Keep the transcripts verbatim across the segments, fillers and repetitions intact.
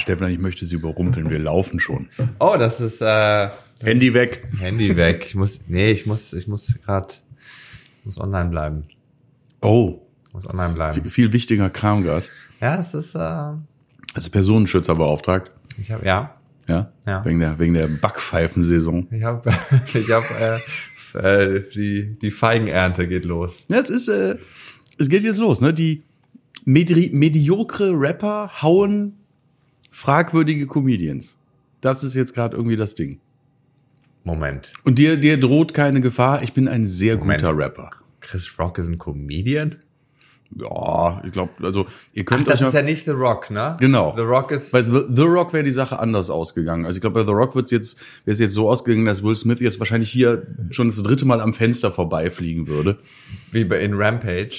Steppner, ich möchte Sie überrumpeln, wir laufen schon. Oh, das ist äh, Handy weg. Handy weg. Ich muss, nee, ich muss, ich muss gerade, muss online bleiben. Oh. Muss online bleiben. Viel, viel wichtiger Kram gerade. Ja, es ist, äh, Das ist Personenschützer beauftragt. ich habe, ja, Ja? Ja. Wegen der, wegen der Backpfeifensaison. ich habe, ich habe, äh, äh, die, die Feigenernte geht los. Ja, es ist, äh, es geht jetzt los, ne? Die medi mediokre Rapper hauen fragwürdige Comedians. Das ist jetzt gerade irgendwie das Ding. Moment. Und dir, dir droht keine Gefahr. Ich bin ein sehr Moment. guter Rapper. Chris Rock ist ein Comedian? Ja, ich glaube, also ihr könnt Ach, das euch ist ja nicht The Rock, ne? Genau. The Rock ist, Bei The, The Rock wäre die Sache anders ausgegangen. Also ich glaube, bei The Rock wird's jetzt, wäre es jetzt so ausgegangen, dass Will Smith jetzt wahrscheinlich hier schon das dritte Mal am Fenster vorbeifliegen würde. wie bei in Rampage.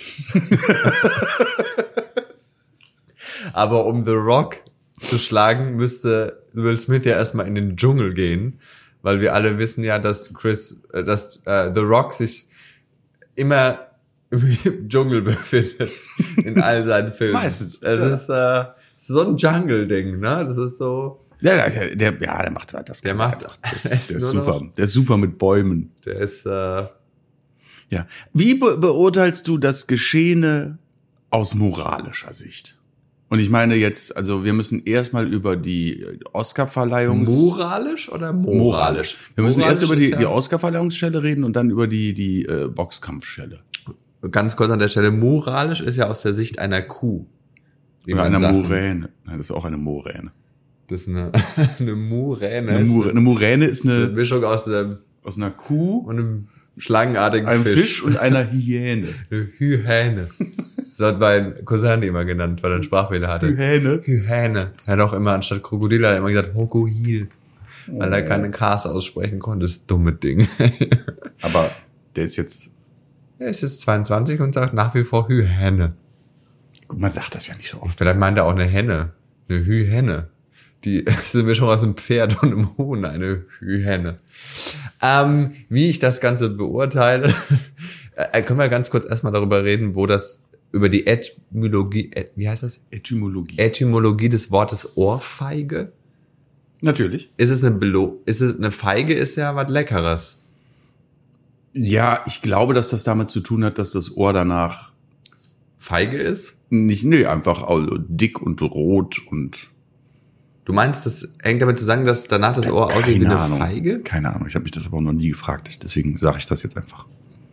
Aber um The Rock zu schlagen, müsste Will Smith ja erstmal in den Dschungel gehen, weil wir alle wissen ja, dass Chris, äh, dass äh, The Rock sich immer im Dschungel befindet in all seinen Filmen. Meistens, Es ja. ist äh, so ein Jungle-Ding, ne? Das ist so, Ja, der, der, ja, der macht das. Der kann macht- er einfach. Das, er der ist ist nur super. noch- Der ist super mit Bäumen. der ist, äh, Ja. Wie be beurteilst du das Geschehene aus moralischer Sicht? Und ich meine jetzt, also wir müssen erstmal über die Oscar-Verleihungs... moralisch oder moralisch? Moralisch. Wir müssen Moralisch erst über die, ist ja- die Oscar-Verleihungsstelle reden und dann über die, die äh, Boxkampfstelle. Ganz kurz an der Stelle, moralisch ist ja aus der Sicht einer Kuh. Wie Oder man eine sagt. Muräne. Nein, das ist auch eine Muräne. Das ist eine, eine Muräne. Eine, ist Mur eine Muräne ist eine eine, Mischung aus einem, aus einer Kuh, und einem schlangenartigen einem Fisch. Fisch und einer Hyäne. Eine Hyäne. Das hat mein Cousin immer genannt, weil er einen Sprachfehler hatte. Hyäne? Hyäne. Er hat auch immer anstatt Krokodil hat er immer gesagt Hokohil. Weil er keine Ks aussprechen konnte. Das dumme Ding. Aber der ist jetzt, Er ist jetzt zweiundzwanzig und sagt nach wie vor Hyäne. man sagt das ja nicht so oft. Vielleicht meint er auch eine Henne. Eine Hyäne. Die ist eine Mischung aus einem Pferd und einem Huhn, eine Hyäne. Ähm, wie ich das Ganze beurteile, äh, können wir ganz kurz erstmal darüber reden, wo das, über die Etymologie, äh, wie heißt das? Etymologie. Etymologie des Wortes Ohrfeige. Natürlich. Ist es eine Belo, ist es eine Feige, ist ja was Leckeres. Ja, ich glaube, dass das damit zu tun hat, dass das Ohr danach Feige ist? nicht, nee, einfach also dick und rot und Du meinst, das hängt damit zusammen, dass danach das Ohr aussieht wie eine Ahnung. Feige? Keine Ahnung, ich habe mich das aber auch noch nie gefragt. Deswegen sage ich das jetzt einfach.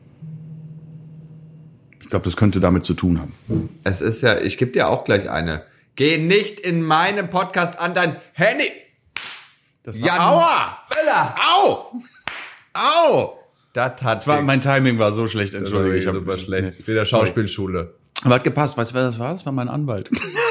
Ich glaube, das könnte damit zu tun haben. Es ist ja, ich gebe dir auch gleich eine. Geh nicht in meinem Podcast an dein Handy. Das Jan Aua! Böller. Au! Au! Das hat Das war, mein Timing war so schlecht, entschuldige. ich hab- super schlecht. Ich bin der Sorry. Schauspielschule. Aber hat gepasst. Weißt du, wer das war? Das war mein Anwalt.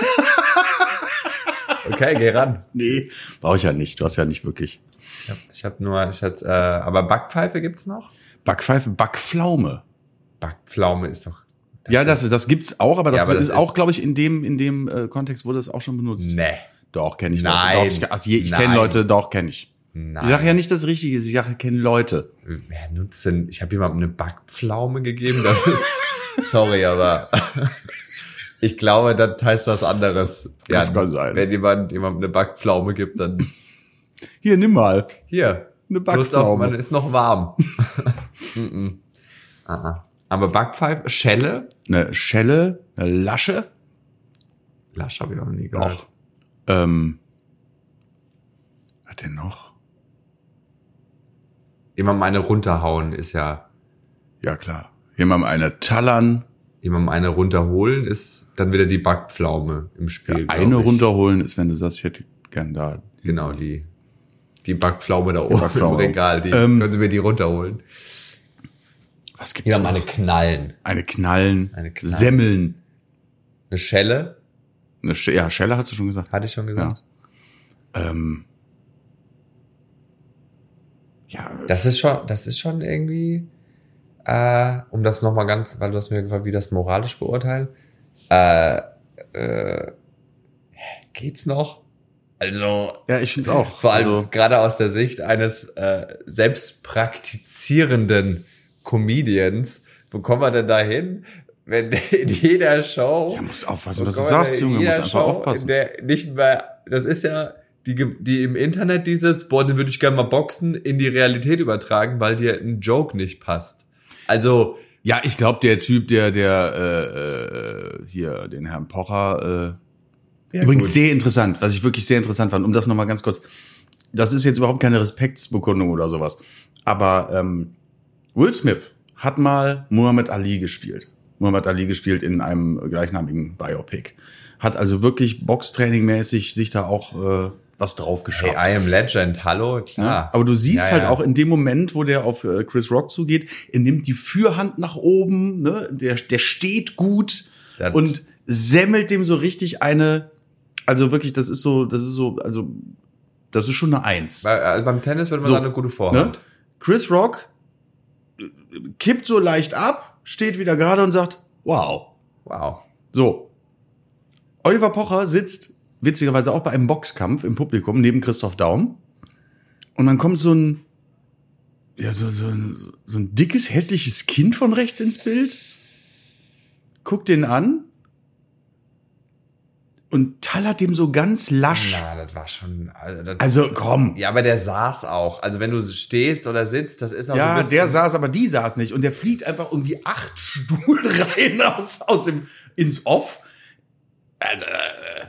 Okay, geh ran. Nee, brauche ich ja nicht. Du hast ja nicht wirklich. Ich hab, ich hab nur, ich hab, äh, aber Backpfeife gibt's noch? Backpfeife, Backpflaume. Backpflaume ist doch. Ja, das, das gibt's auch, aber das, Ja, aber das ist auch, ist- glaube ich, in dem, in dem äh, Kontext wurde es auch schon benutzt. Nee. Doch, kenne ich Nein. Leute. Doch, ich also je- ich kenne Nein. Leute, doch, kenne ich. Nein. Ich sage ja nicht das Richtige, ich sage, ich kenne Leute. Wer nutzt denn? Ich habe jemandem eine Backpflaume gegeben. Das ist, sorry, aber ich glaube, das heißt was anderes. Ja, kann sein. wenn jemand jemandem eine Backpflaume gibt, dann Hier, nimm mal. hier. Eine Lust auf, Backpflaume. man ist noch warm. Mm-mm. Ah, ah. Aber Backpfeife, Schelle, Eine Schelle, eine Lasche. Lasch habe ich auch noch nie gehört. Doch. Ähm, was denn noch? Jemandem eine runterhauen ist ja, Ja, klar. Jemandem eine Tallern, jemandem eine runterholen ist dann wieder die Backpflaume im Spiel. glaub eine ich. runterholen ist, wenn du sagst, ich hätte gern da. Genau, die, die Backpflaume da oben Backpflaume. im Regal, die Ähm, können Sie mir die runterholen. Was gibt's Jemandem noch? eine Knallen. Eine Knallen, Eine Knallen. Semmeln. Eine Schelle, Eine Sch ja, Schelle hast du schon gesagt. hatte ich schon gesagt. Ähm, ja, Das ist schon, das ist schon irgendwie, äh, um das nochmal ganz, weil du hast mir gefragt, wie das moralisch beurteilen. Äh, äh, geht's noch? Also, ja, ich find's auch. vor allem Also, gerade aus der Sicht eines äh, selbst praktizierenden Comedians, wo kommen wir denn da hin, wenn in jeder Show, ja, muss aufpassen, wo was du kommen wir sagst, denn in Junge, muss jeder einfach Show, aufpassen. in der nicht mehr das ist ja die, die im Internet dieses, boah, den würde ich gerne mal boxen, in die Realität übertragen, weil dir ein Joke nicht passt. Also ja, ich glaube, der Typ, der der äh, äh, hier den Herrn Pocher äh, ja, übrigens gut. Sehr interessant, was ich wirklich sehr interessant fand, um das nochmal ganz kurz, das ist jetzt überhaupt keine Respektsbekundung oder sowas, aber ähm, Will Smith hat mal Muhammad Ali gespielt. Muhammad Ali gespielt in einem gleichnamigen Biopic. Hat also wirklich Boxtraining-mäßig sich da auch äh, was drauf geschafft. Hey, I am Legend, hallo, klar. Ja, aber du siehst ja, halt ja. auch in dem Moment, wo der auf äh, Chris Rock zugeht, er nimmt die Fürhand nach oben, ne? der, der steht gut das und semmelt dem so richtig eine, also wirklich, das ist so, das ist so, also das ist schon eine Eins. Bei, also beim Tennis würde man so, sagen, eine gute Vorhand. Ne? Chris Rock kippt so leicht ab, steht wieder gerade und sagt, wow. Wow. So. Oliver Pocher sitzt witzigerweise auch bei einem Boxkampf im Publikum neben Christoph Daum. Und dann kommt so ein, ja, so, so, ein, so ein dickes, hässliches Kind von rechts ins Bild, guckt den an und tallert dem so ganz lasch. Na, das war schon, also, das also komm. Ja, aber der saß auch. Also wenn du stehst oder sitzt, das ist auch ja, so ein der saß, aber die saß nicht. Und der fliegt einfach irgendwie acht Stuhlreihen aus, aus dem, ins Off. Also, äh,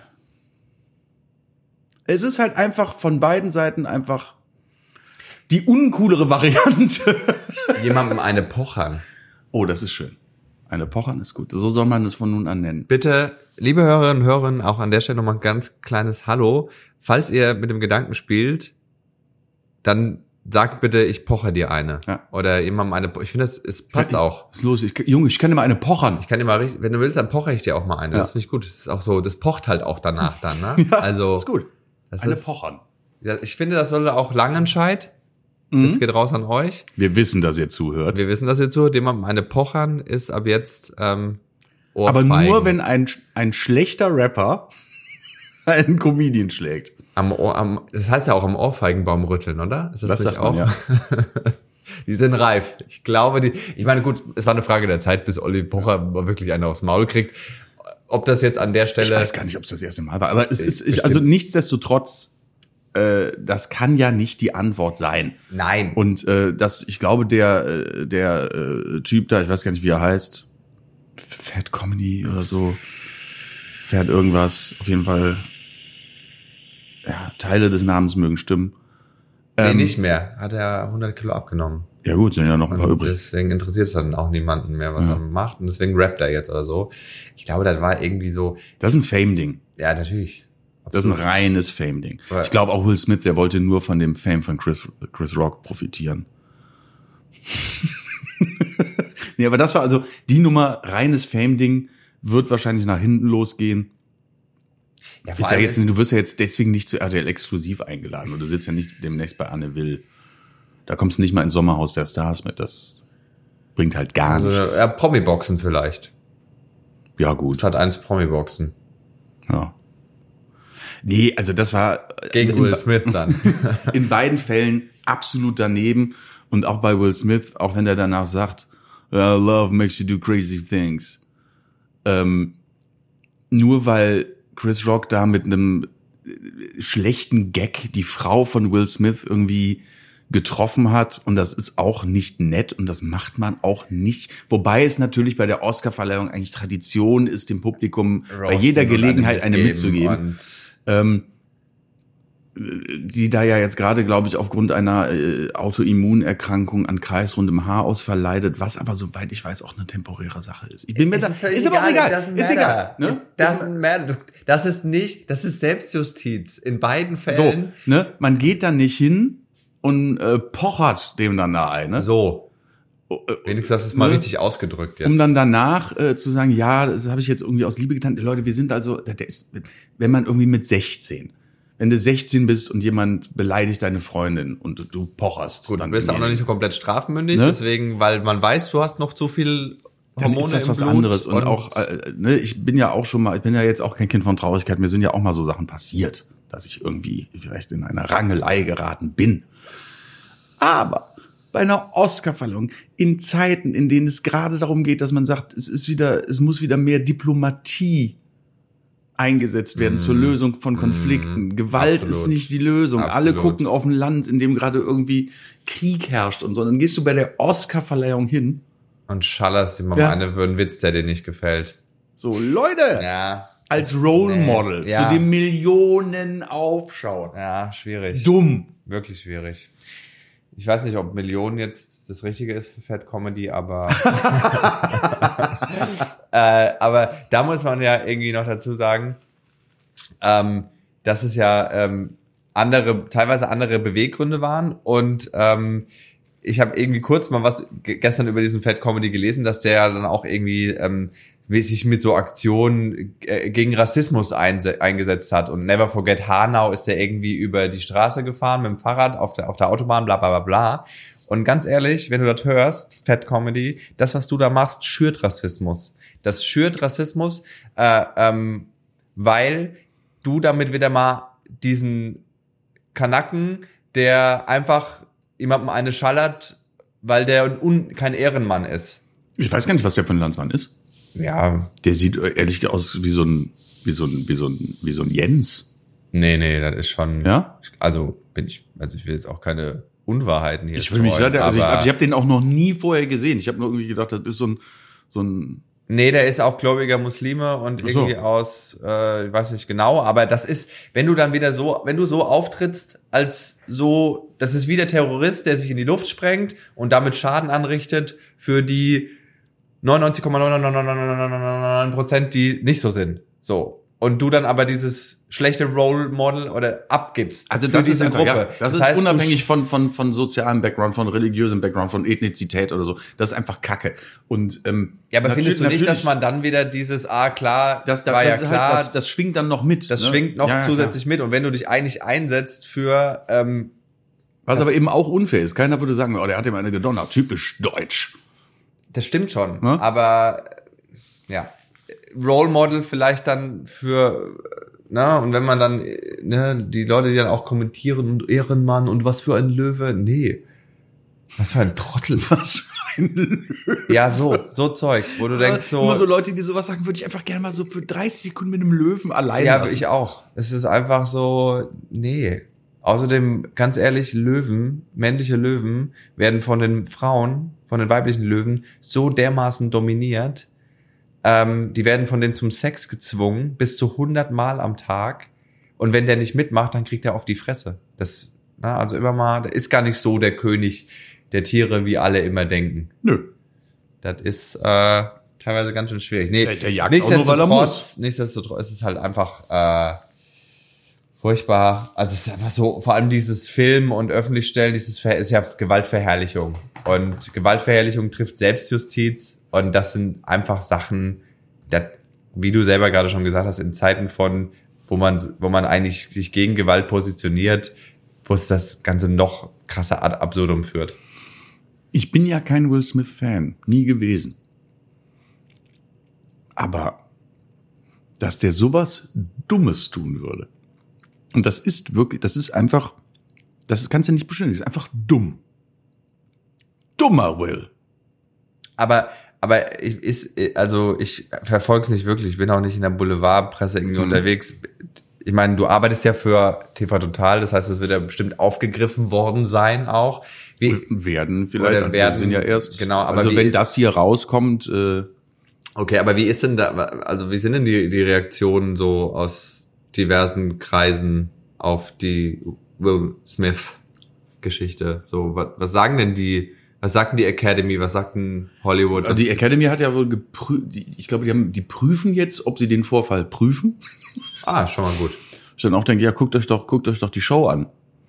es ist halt einfach von beiden Seiten einfach die uncoolere Variante. Jemandem eine pochern. Oh, das ist schön. Eine pochern ist gut. So soll man es von nun an nennen. Bitte, liebe Hörerinnen und Hörer, auch an der Stelle nochmal ein ganz kleines Hallo. Falls ihr mit dem Gedanken spielt, dann sagt bitte, ich pocher dir eine. Ja. Oder jemandem eine, ich finde, das es passt ich, auch. Was ist los? Ich, Junge, ich kann dir mal eine pochern. Ich kann dir mal richtig, wenn du willst, dann pocher ich dir auch mal eine. Ja. Das finde ich gut. Das ist auch so, das pocht halt auch danach dann, ne? Ja, also, ist gut. Das eine ist, pochern. Ja, ich finde, das sollte auch Langenscheid. Mhm. Das geht raus an euch. Wir wissen, dass ihr zuhört. Wir wissen, dass ihr zuhört. Jemandem eine pochern ist ab jetzt, ähm, Ohrfeigen. Aber nur, wenn ein, ein schlechter Rapper einen Comedian schlägt. Am Ohr, am, das heißt ja auch am Ohrfeigenbaum rütteln, oder? Ist das, das nicht auch? Man, ja. Die sind reif. Ich glaube, die, ich meine, gut, es war eine Frage der Zeit, bis Olli Pocher wirklich eine aufs Maul kriegt. Ob das jetzt an der Stelle. Ich weiß gar nicht, ob es das erste Mal war, aber es ist, ich, also nichtsdestotrotz, äh, das kann ja nicht die Antwort sein. Nein. Und, äh, das, ich glaube, der, äh, der, äh, Typ da, ich weiß gar nicht, wie er heißt, Fat Comedy oder so, Fat irgendwas, auf jeden Fall, ja, Teile des Namens mögen stimmen. Nee, ähm, nicht mehr. Hat er hundert Kilo abgenommen. Ja gut, sind ja noch ein paar und übrig. Deswegen interessiert es dann auch niemanden mehr, was ja. er macht. Und deswegen rappt er jetzt oder so. Ich glaube, das war irgendwie so. Das ist ein Fame-Ding. Ja, natürlich. Absolut. Das ist ein reines Fame-Ding. Ich glaube auch Will Smith, der wollte nur von dem Fame von Chris, Chris Rock profitieren. Nee, aber das war also die Nummer, reines Fame-Ding, wird wahrscheinlich nach hinten losgehen. Ja, ist ja jetzt, du wirst ja jetzt deswegen nicht zu R T L exklusiv eingeladen. Und du sitzt ja nicht demnächst bei Anne Will. Da kommst du nicht mal ins Sommerhaus der Stars mit. Das bringt halt gar also, nichts. Ja, Promi-Boxen vielleicht. Ja, gut. Es hat eins Promi-Boxen. Ja. Nee, also das war... Gegen Will Smith dann. In beiden Fällen absolut daneben. Und auch bei Will Smith, auch wenn der danach sagt, Love makes you do crazy things. Ähm, nur weil Chris Rock da mit einem schlechten Gag die Frau von Will Smith irgendwie getroffen hat, und das ist auch nicht nett und das macht man auch nicht. Wobei es natürlich bei der Oscarverleihung eigentlich Tradition ist, dem Publikum Rosen bei jeder Gelegenheit eine mitzugeben. Ähm, die da ja jetzt gerade, glaube ich, aufgrund einer äh, Autoimmunerkrankung an kreisrundem Haarausfall leidet, was aber, soweit ich weiß, auch eine temporäre Sache ist. Ich bin mir da, ist, ist aber auch egal. Ist egal. Ne? Das, das ist nicht, das ist Selbstjustiz. In beiden Fällen. So, ne? Man geht da nicht hin und äh, pochert dem dann da ein. Ne? So. Wenigstens hast du es mal ne? richtig ausgedrückt jetzt. Um dann danach äh, zu sagen, ja, das habe ich jetzt irgendwie aus Liebe getan. Leute, wir sind also, der ist, wenn man irgendwie mit sechzehn, wenn du sechzehn bist und jemand beleidigt deine Freundin und du pocherst. Gut, dann bist du auch noch nicht komplett strafmündig, ne? Deswegen, weil man weiß, du hast noch zu viel Hormone dann ist das im was Blut anderes. Und, und auch, äh, ne, ich bin ja auch schon mal, ich bin ja jetzt auch kein Kind von Traurigkeit, mir sind ja auch mal so Sachen passiert, dass ich irgendwie vielleicht in einer Rangelei geraten bin. Aber bei einer Oscarverleihung, in Zeiten, in denen es gerade darum geht, dass man sagt, es ist wieder, es muss wieder mehr Diplomatie eingesetzt werden mm. zur Lösung von Konflikten. Mm. Gewalt Absolut. Ist nicht die Lösung. Absolut. Alle gucken auf ein Land, in dem gerade irgendwie Krieg herrscht und so. Dann gehst du bei der Oscar-Verleihung hin. Und schallerst dir mal ja. eine für einen Witz, der dir nicht gefällt. So, Leute! Ja. Als Role nee. Model ja. zu den Millionen aufschauen. Ja, schwierig. Dumm. Wirklich schwierig. Ich weiß nicht, ob Millionen jetzt das Richtige ist für Fat Comedy, aber äh, aber da muss man ja irgendwie noch dazu sagen, ähm, dass es ja ähm, andere, teilweise andere Beweggründe waren und ähm, ich habe irgendwie kurz mal was g- gestern über diesen Fat Comedy gelesen, dass der ja dann auch irgendwie ähm, sich mit so Aktionen äh, gegen Rassismus einse- eingesetzt hat. Und Never Forget Hanau ist der irgendwie über die Straße gefahren mit dem Fahrrad auf der auf der Autobahn, bla bla bla bla. Und ganz ehrlich, wenn du das hörst, Fat Comedy, das, was du da machst, schürt Rassismus. Das schürt Rassismus, äh, ähm, weil du damit wieder mal diesen Kanacken, der einfach jemandem eine schallert, weil der ein un- kein Ehrenmann ist. Ich weiß gar nicht, was der für ein Landsmann ist. Ja. Der sieht ehrlich aus wie so ein, wie so ein, wie so ein, wie so ein Jens. Nee, nee, das ist schon, ja? Also, bin ich, also ich will jetzt auch keine Unwahrheiten hier. Ich will mich leider, also ich, ich habe den auch noch nie vorher gesehen. Ich habe nur irgendwie gedacht, das ist so ein, so ein, Nee, der ist auch gläubiger Muslime und irgendwie so. aus, äh, ich weiß nicht genau, aber das ist, wenn du dann wieder so, wenn du so auftrittst, als so, das ist wie der Terrorist, der sich in die Luft sprengt und damit Schaden anrichtet für die neunundneunzig Komma neun neun neun neun neun neun neun neun Prozent, die nicht so sind. So. Und du dann aber dieses schlechte Role Model oder abgibst. Also das ist einfach, ja, das, das ist heißt, unabhängig von von von sozialem Background, von religiösem Background, von Ethnizität oder so. Das ist einfach Kacke. Und ähm, ja, aber findest du nicht, dass man dann wieder dieses ah klar, das, das war das ja klar, halt, das, das schwingt dann noch mit. Das ne? schwingt noch ja, ja, zusätzlich klar. mit. Und wenn du dich eigentlich einsetzt für ähm, was aber eben auch unfair ist. Keiner würde sagen, oh, der hat ihm eine gedonnert. Typisch deutsch. Das stimmt schon, ja? aber ja, Role Model vielleicht dann für, na, und wenn man dann, ne, die Leute, die dann auch kommentieren und Ehrenmann und was für ein Löwe, nee, was für ein Trottel. Was für ein Löwe. Ja, so, so Zeug, wo du denkst so. Immer so Leute, die sowas sagen, würde ich einfach gerne mal so für dreißig Sekunden mit einem Löwen allein ja, lassen. Ja, ich auch. Es ist einfach so, nee. Außerdem, ganz ehrlich, Löwen, männliche Löwen, werden von den Frauen, von den weiblichen Löwen, so dermaßen dominiert. Ähm, die werden von denen zum Sex gezwungen, bis zu hundert Mal am Tag. Und wenn der nicht mitmacht, dann kriegt er auf die Fresse. Das, na, also immer mal, der ist gar nicht so der König der Tiere, wie alle immer denken. Nö. Das ist äh, teilweise ganz schön schwierig. Nee, der, der jagt auch nur, weil er muss. Nichtsdestotrotz ist es halt einfach äh, furchtbar. Also es ist einfach so, vor allem dieses Filmen und Öffentlichstellen, dieses Ver- ist ja Gewaltverherrlichung. Und Gewaltverherrlichung trifft Selbstjustiz. Und das sind einfach Sachen, das, wie du selber gerade schon gesagt hast, in Zeiten von, wo man, wo man eigentlich sich gegen Gewalt positioniert, wo es das Ganze noch krasser ad absurdum führt. Ich bin ja kein Will Smith-Fan, nie gewesen. Aber, dass der sowas Dummes tun würde. Und das ist wirklich, das ist einfach, das kannst du nicht beschönigen, das ist einfach dumm. Dummer Will. Aber, aber ich, ist, also ich verfolge es nicht wirklich, ich bin auch nicht in der Boulevardpresse irgendwie mhm. unterwegs. Ich meine, du arbeitest ja für T V Total, das heißt, es wird ja bestimmt aufgegriffen worden sein auch. Wie, werden vielleicht, oder also werden, wir sind ja erst, genau, aber also wie, wenn das hier rauskommt, äh, okay, aber wie ist denn da, also wie sind denn die, die Reaktionen so aus diversen Kreisen auf die Will Smith Geschichte? So, was, was sagen denn die, was sagt denn die Academy, was sagt denn Hollywood? Also die Academy hat ja wohl geprüft, ich glaube, die haben, die prüfen jetzt, ob sie den Vorfall prüfen. Ah, schon mal gut. Ich dann auch denke, ja, guckt euch doch, guckt euch doch die Show an.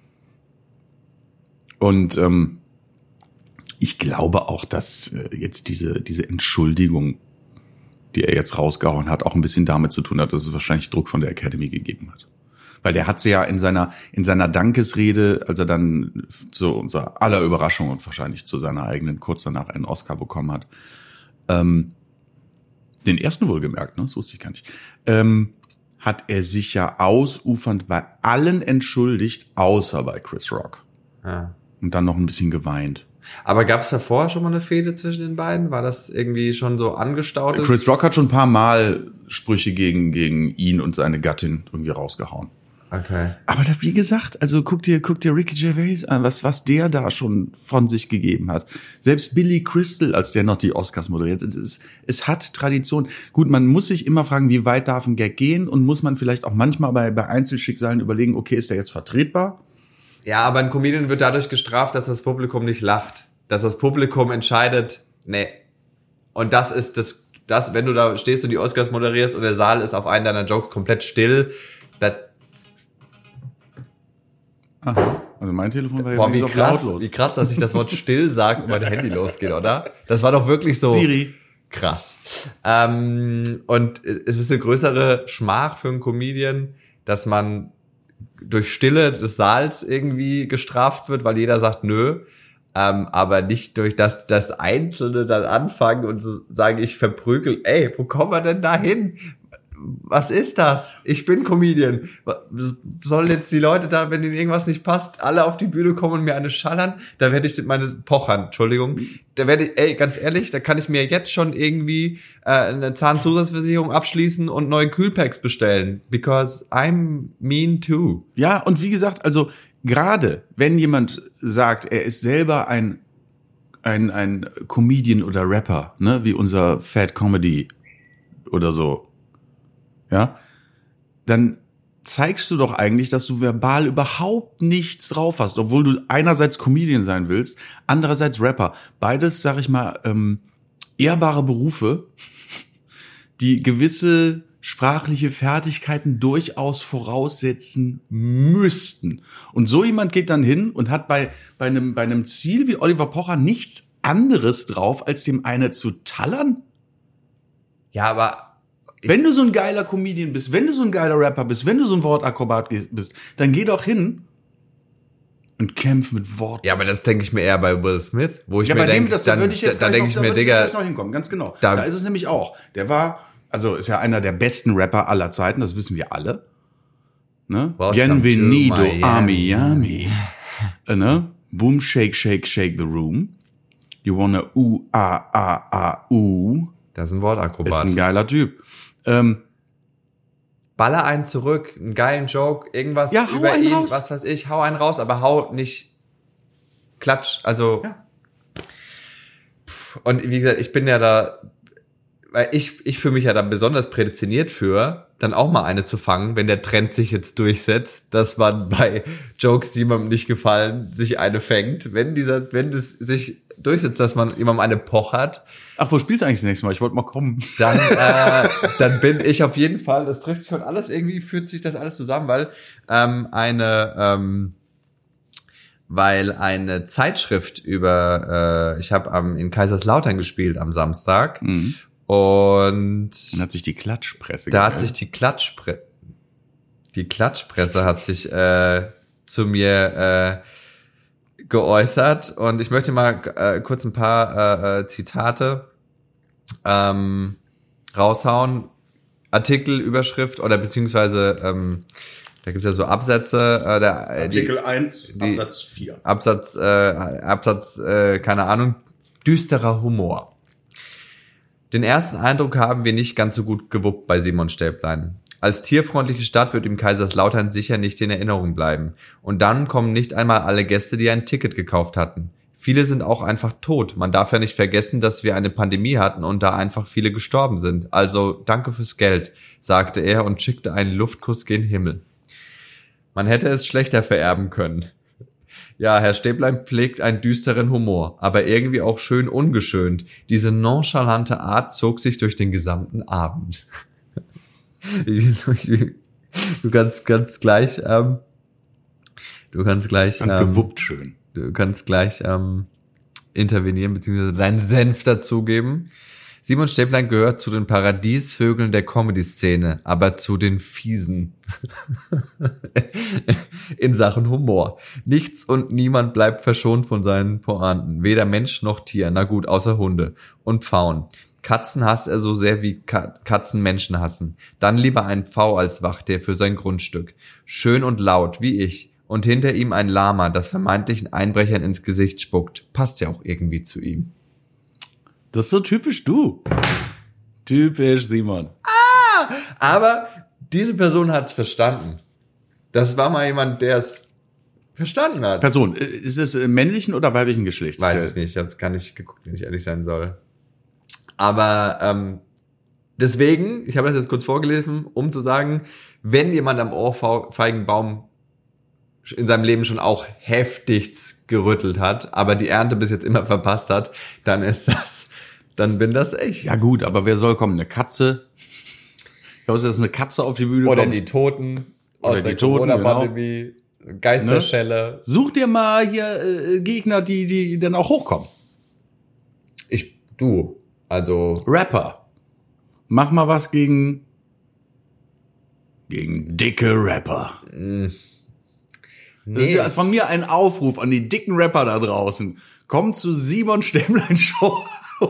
Und ähm, ich glaube auch, dass äh, jetzt diese diese Entschuldigung, die er jetzt rausgehauen hat, auch ein bisschen damit zu tun hat, dass es wahrscheinlich Druck von der Academy gegeben hat. Weil der hat sie ja in seiner in seiner Dankesrede, als er dann zu unserer aller Überraschung und wahrscheinlich zu seiner eigenen kurz danach einen Oscar bekommen hat, ähm, den ersten wohlgemerkt, ne, das wusste ich gar nicht, ähm, hat er sich ja ausufernd bei allen entschuldigt, außer bei Chris Rock. Ja. Und dann noch ein bisschen geweint. Aber gab es davor schon mal eine Fehde zwischen den beiden? War das irgendwie schon so angestaut? Chris Rock hat schon ein paar Mal Sprüche gegen, gegen ihn und seine Gattin irgendwie rausgehauen. Okay. Aber das, wie gesagt, also guck dir, guck dir Ricky Gervais an, was, was der da schon von sich gegeben hat. Selbst Billy Crystal, als der noch die Oscars moderiert, es, ist, es hat Tradition. Gut, man muss sich immer fragen, wie weit darf ein Gag gehen und muss man vielleicht auch manchmal bei, bei Einzelschicksalen überlegen, okay, ist der jetzt vertretbar? Ja, aber ein Comedian wird dadurch gestraft, dass das Publikum nicht lacht. Dass das Publikum entscheidet, nee. Und das ist das, das, wenn du da stehst und die Oscars moderierst und der Saal ist auf einen deiner Jokes komplett still, das Aha. Also mein Telefon war ja Boah, wie so krass, lautlos. wie krass, dass ich das Wort still sage und mein Handy losgeht, oder? Das war doch wirklich so Siri. Krass. Ähm, und es ist eine größere Schmach für einen Comedian, dass man durch Stille des Saals irgendwie gestraft wird, weil jeder sagt nö, ähm, aber nicht durch das, das Einzelne dann anfangen und so sagen, ich verprügel, ey, wo kommen wir denn da hin? Was ist das? Ich bin Comedian. Sollen jetzt die Leute da, wenn ihnen irgendwas nicht passt, alle auf die Bühne kommen und mir eine schallern? Da werde ich meine Pochern, Entschuldigung. Da werde ich, ey, ganz ehrlich, da kann ich mir jetzt schon irgendwie äh, eine Zahnzusatzversicherung abschließen und neue Kühlpacks bestellen. Because I'm mean too. Ja, und wie gesagt, also gerade wenn jemand sagt, er ist selber ein ein ein Comedian oder Rapper, ne, wie unser Fat Comedy oder so, ja, dann zeigst du doch eigentlich, dass du verbal überhaupt nichts drauf hast, obwohl du einerseits Comedian sein willst, andererseits Rapper. Beides, sag ich mal, ähm, ehrbare Berufe, die gewisse sprachliche Fertigkeiten durchaus voraussetzen müssten. Und so jemand geht dann hin und hat bei, bei einem, bei einem Ziel wie Oliver Pocher nichts anderes drauf, als dem eine zu tallern? Ja, aber Wenn du so ein geiler Comedian bist, wenn du so ein geiler Rapper bist, wenn du so ein Wortakrobat bist, dann geh doch hin und kämpf mit Worten. Ja, aber das denke ich mir eher bei Will Smith, wo ich Ja, mir bei dem, denke, das, da dann, würde ich jetzt da gleich denke noch, ich da mir, würde ich Digga, jetzt gleich noch hinkommen, ganz genau. Da- Da, ist es nämlich auch. Der war, also ist ja einer der besten Rapper aller Zeiten, das wissen wir alle. Ne? Welcome Bienvenido to Miami. a Miami. Äh, ne? Boom, shake, shake, shake the room. You wanna ooh, ah, ah, ah, ooh. das ist ein Ist Wortakrobat. ein geiler Typ. Ähm, Baller einen zurück, einen geilen Joke, irgendwas Ja, hau über einen ihn, raus. was weiß ich, hau einen raus, aber hau nicht Klatsch, also Ja. Pff, und wie gesagt, ich bin ja da, weil ich ich fühle mich ja da besonders prädestiniert für, dann auch mal eine zu fangen, wenn der Trend sich jetzt durchsetzt, dass man bei Jokes, die jemandem nicht gefallen, sich eine fängt, wenn dieser, wenn das sich durchsetzt, dass man jemandem eine pochert, ach, wo spielst du eigentlich das nächste Mal? Ich wollte mal kommen. dann äh, dann bin ich auf jeden Fall, das trifft sich schon alles, irgendwie führt sich das alles zusammen, weil ähm, eine ähm, weil eine Zeitschrift über, äh, ich habe am in Kaiserslautern gespielt am Samstag Mhm. und Dann hat sich die Klatschpresse da hat gemeldet. sich die Klatschpresse, die Klatschpresse hat sich äh, zu mir äh, geäußert und ich möchte mal äh, kurz ein paar äh, Zitate ähm, raushauen. Artikel, Überschrift oder beziehungsweise ähm, da gibt's ja so Absätze. Äh, der, äh, die, eins, die- Absatz vier. Absatz, äh, Absatz, äh, keine Ahnung, düsterer Humor. Den ersten Eindruck haben wir nicht ganz so gut gewuppt bei Simon Stäblein. Als tierfreundliche Stadt wird ihm Kaiserslautern sicher nicht in Erinnerung bleiben. Und dann kommen nicht einmal alle Gäste, die ein Ticket gekauft hatten. Viele sind auch einfach tot. Man darf ja nicht vergessen, dass wir eine Pandemie hatten und da einfach viele gestorben sind. Also danke fürs Geld, sagte er und schickte einen Luftkuss gen Himmel. Man hätte es schlechter vererben können. Ja, Herr Stäblein pflegt einen düsteren Humor, aber irgendwie auch schön ungeschönt. Diese nonchalante Art zog sich durch den gesamten Abend. Du kannst ganz gleich, ähm, du kannst gleich, Und ähm, gewuppt schön. du kannst gleich ähm, intervenieren beziehungsweise deinen Senf dazugeben. Simon Stäblein gehört zu den Paradiesvögeln der Comedy-Szene, aber zu den Fiesen in Sachen Humor. Nichts und niemand bleibt verschont von seinen Pointen. Weder Mensch noch Tier, na gut, außer Hunde und Pfauen. Katzen hasst er so sehr wie Ka- Katzen Menschen hassen. Dann lieber ein Pfau als Wacht, der für sein Grundstück. Schön und laut, wie ich. und hinter ihm ein Lama, das vermeintlichen Einbrechern ins Gesicht spuckt. Passt ja auch irgendwie zu ihm. Das ist so typisch du. Typisch Simon. Ah, aber diese Person hat's verstanden. Das war mal jemand, der es verstanden hat. Person, ist es männlichen oder weiblichen Geschlechts? Weiß es nicht, ich habe gar nicht geguckt, wenn ich ehrlich sein soll. Aber ähm, deswegen, ich habe das jetzt kurz vorgelesen, um zu sagen, wenn jemand am Ohrfeigenbaum in seinem Leben schon auch heftigst gerüttelt hat, aber die Ernte bis jetzt immer verpasst hat, dann ist das, dann bin das ich. Ja gut, aber wer soll kommen? Eine Katze? Ich glaube, dass eine Katze auf die Bühne Oder kommt. die Toten Oder aus die der Toten, Corona-Pandemie, Geisterschelle. Such dir mal hier äh, Gegner, die die dann auch hochkommen. Ich, du, also Rapper. Mach mal was gegen gegen dicke Rapper. nee, Das ist ja von mir ein Aufruf an die dicken Rapper da draußen. Kommt zu Simon Stämmlein Show.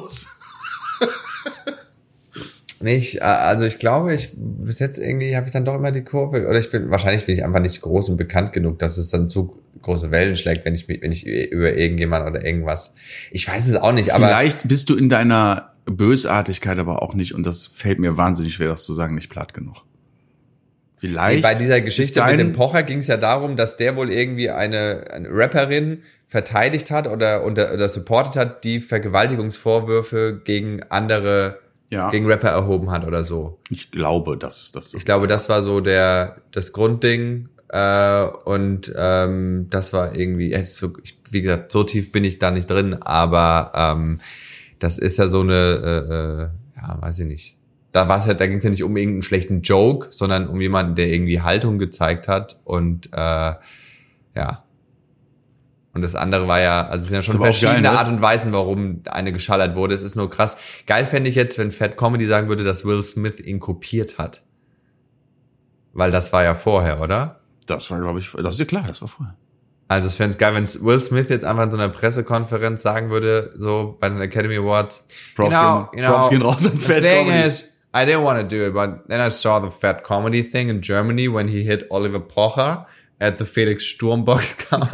nicht, also ich glaube, ich bis jetzt irgendwie habe ich dann doch immer die Kurve, oder ich bin, wahrscheinlich bin ich einfach nicht groß und bekannt genug, dass es dann zu große Wellen schlägt, wenn ich wenn ich über irgendjemand oder irgendwas. Ich weiß es auch nicht, aber vielleicht bist du in deiner Bösartigkeit aber auch nicht, und das fällt mir wahnsinnig schwer, das zu sagen, nicht platt genug. Vielleicht bei dieser Geschichte dein, mit dem Pocher ging es ja darum, dass der wohl irgendwie eine, eine Rapperin verteidigt hat oder, oder, oder supportet hat, die Vergewaltigungsvorwürfe gegen andere, ja. gegen Rapper erhoben hat oder so. Ich glaube, dass das. Ich glaube, das war so der das Grundding äh, und ähm, das war irgendwie, also, ich, wie gesagt, so tief bin ich da nicht drin, aber ähm, das ist ja so eine, äh, äh, ja, weiß ich nicht. Da war es ja, da ging es ja nicht um irgendeinen schlechten Joke, sondern um jemanden, der irgendwie Haltung gezeigt hat und äh, ja. Und das andere war ja, also es sind ja schon verschiedene geil, ne? Art und Weisen, warum eine geschallert wurde. Es ist nur krass. Geil fände ich jetzt, wenn Fat Comedy sagen würde, dass Will Smith ihn kopiert hat. Weil das war ja vorher, oder? Das war, glaube ich, das ist ja klar, das war vorher. Also ich fände es geil, wenn Will Smith jetzt einfach in so einer Pressekonferenz sagen würde, so bei den Academy Awards, Props, you know, gehen, you know, Props gehen raus an Fat thing Comedy. Is, I didn't want to do it, but then I saw the Fat Comedy thing in Germany when he hit Oliver Pocher at the Felix Sturm Boxkampf.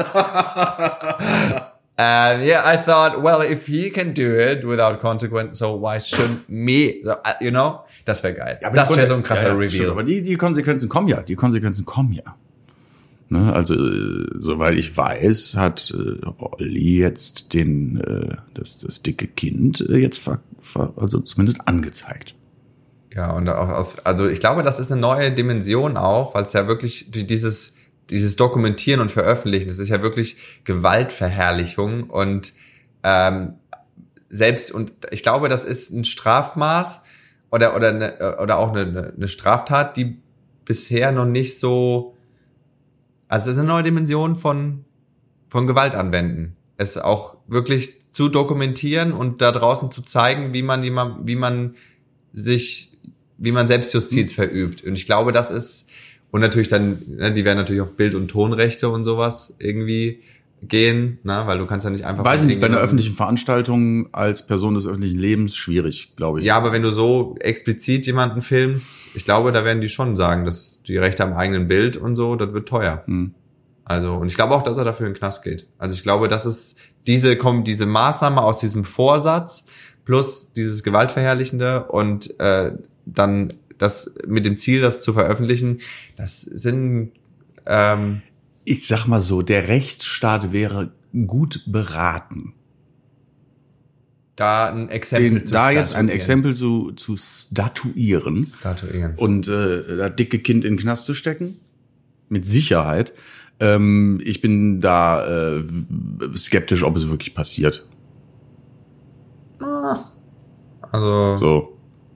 And yeah, I thought, well, if he can do it without consequence, so why shouldn't me? So, uh, you know, das wäre geil. Ja, das wäre so ein krasser ja, ja, Reveal. Stimmt, aber die, die Konsequenzen kommen ja. Die Konsequenzen kommen ja. Ne, also, äh, soweit ich weiß, hat äh, Olli jetzt den, äh, das, das dicke Kind äh, jetzt ver, ver, also zumindest angezeigt. Ja, und auch aus, also ich glaube, das ist eine neue Dimension auch, weil es ja wirklich dieses dieses Dokumentieren und Veröffentlichen, das ist ja wirklich Gewaltverherrlichung und ähm, selbst, und ich glaube, das ist ein Strafmaß oder oder eine, oder auch eine, eine Straftat, die bisher noch nicht so, also es ist eine neue Dimension von von Gewalt anwenden. Es auch wirklich zu dokumentieren und da draußen zu zeigen, wie man jemand, wie man sich, wie man Selbstjustiz mhm. verübt. Und ich glaube, das ist, und natürlich dann, ne, die werden natürlich auf Bild- und Tonrechte und sowas irgendwie gehen, ne, weil du kannst ja nicht einfach... Weiß ich nicht, bei einer öffentlichen Veranstaltung als Person des öffentlichen Lebens schwierig, glaube ich. Ja, aber wenn du so explizit jemanden filmst, ich glaube, da werden die schon sagen, dass die Rechte am eigenen Bild und so, das wird teuer. Mhm. Also, und ich glaube auch, dass er dafür in den Knast geht. Also ich glaube, das ist diese, kommt diese Maßnahme aus diesem Vorsatz plus dieses Gewaltverherrlichende und äh, dann das mit dem Ziel, das zu veröffentlichen, das sind ähm, ich sag mal so, der Rechtsstaat wäre gut beraten, da ein Exempel Den, zu da jetzt ein Exempel zu, zu statuieren, statuieren. und äh, das dicke Kind in den Knast zu stecken, mit Sicherheit. Ähm, ich bin da äh, skeptisch, ob es wirklich passiert. Also so.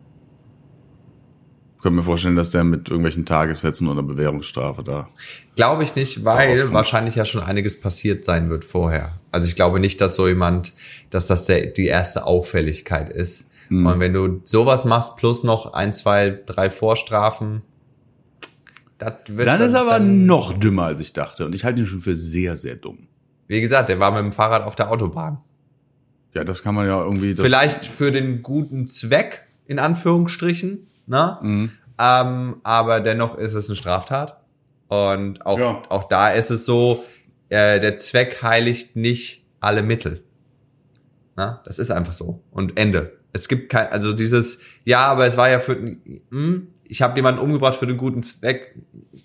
Ich könnte mir vorstellen, dass der mit irgendwelchen Tagessätzen oder Bewährungsstrafe da. Glaube ich nicht, weil wahrscheinlich ja schon einiges passiert sein wird vorher. Also ich glaube nicht, dass so jemand, dass das der die erste Auffälligkeit ist. Hm. Und wenn du sowas machst plus noch ein, zwei, drei Vorstrafen, das wird dann, dann ist er aber dann noch dümmer, als ich dachte. Und ich halte ihn schon für sehr, sehr dumm. Wie gesagt, der war mit dem Fahrrad auf der Autobahn. Ja, das kann man ja irgendwie... Vielleicht für den guten Zweck, in Anführungsstrichen, ne? Mhm. Ähm, aber dennoch ist es eine Straftat. Und auch, Ja. auch da ist es so, äh, der Zweck heiligt nicht alle Mittel. Na, das ist einfach so. Und Ende. Es gibt kein, also dieses, ja, aber es war ja für, hm, ich habe jemanden umgebracht für den guten Zweck.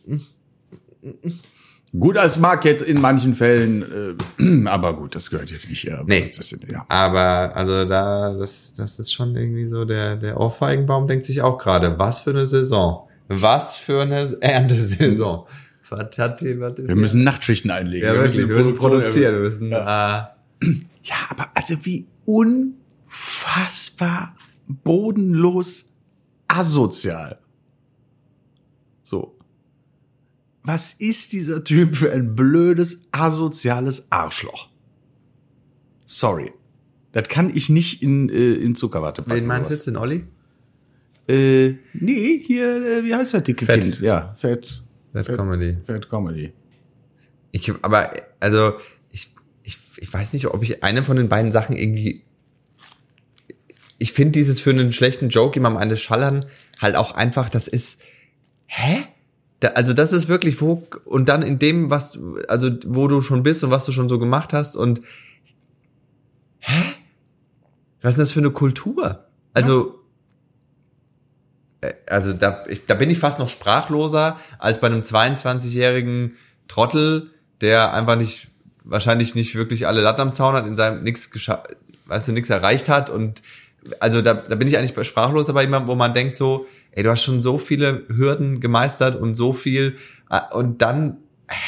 Gut, es mag jetzt in manchen Fällen, äh, aber gut, das gehört jetzt nicht her. Nee. Das ist, ja. Aber, also da, das, das ist schon irgendwie so, der, der Ohrfeigenbaum denkt sich auch gerade, was für eine Saison. Was für eine Erntesaison. Was hat die, was ist Wir müssen Nachtschichten einlegen. ja, wir wirklich, müssen wir müssen Produktion produzieren, wir erhöhen. müssen, ja. äh, Ja, aber also wie unfassbar bodenlos asozial. So. Was ist dieser Typ für ein blödes, asoziales Arschloch? Sorry. Das kann ich nicht in, äh, in Zuckerwatte packen. wen meinst du oder jetzt, den Olli? was. Äh, nee, hier, äh, wie heißt der dicke Fett. Kind? Ja, Fett. Fett Comedy. Fett Comedy. Ich, aber, also, ich, ich, ich weiß nicht, ob ich eine von den beiden Sachen irgendwie, ich finde dieses für einen schlechten Joke jemandem eine schallern halt auch einfach, das ist, hä? Da, also das ist wirklich, wo, und dann in dem, was du, also wo du schon bist und was du schon so gemacht hast und, hä? Was ist denn das für eine Kultur? Also, äh, also da, ich, da bin ich fast noch sprachloser als bei einem zweiundzwanzigjährigen Trottel, der einfach nicht, wahrscheinlich nicht wirklich alle Latten am Zaun hat, in seinem nix gescha- weißt du, nix erreicht hat und, also da, da bin ich eigentlich sprachloser bei jemandem, wo man denkt so, ey, du hast schon so viele Hürden gemeistert und so viel, äh, und dann,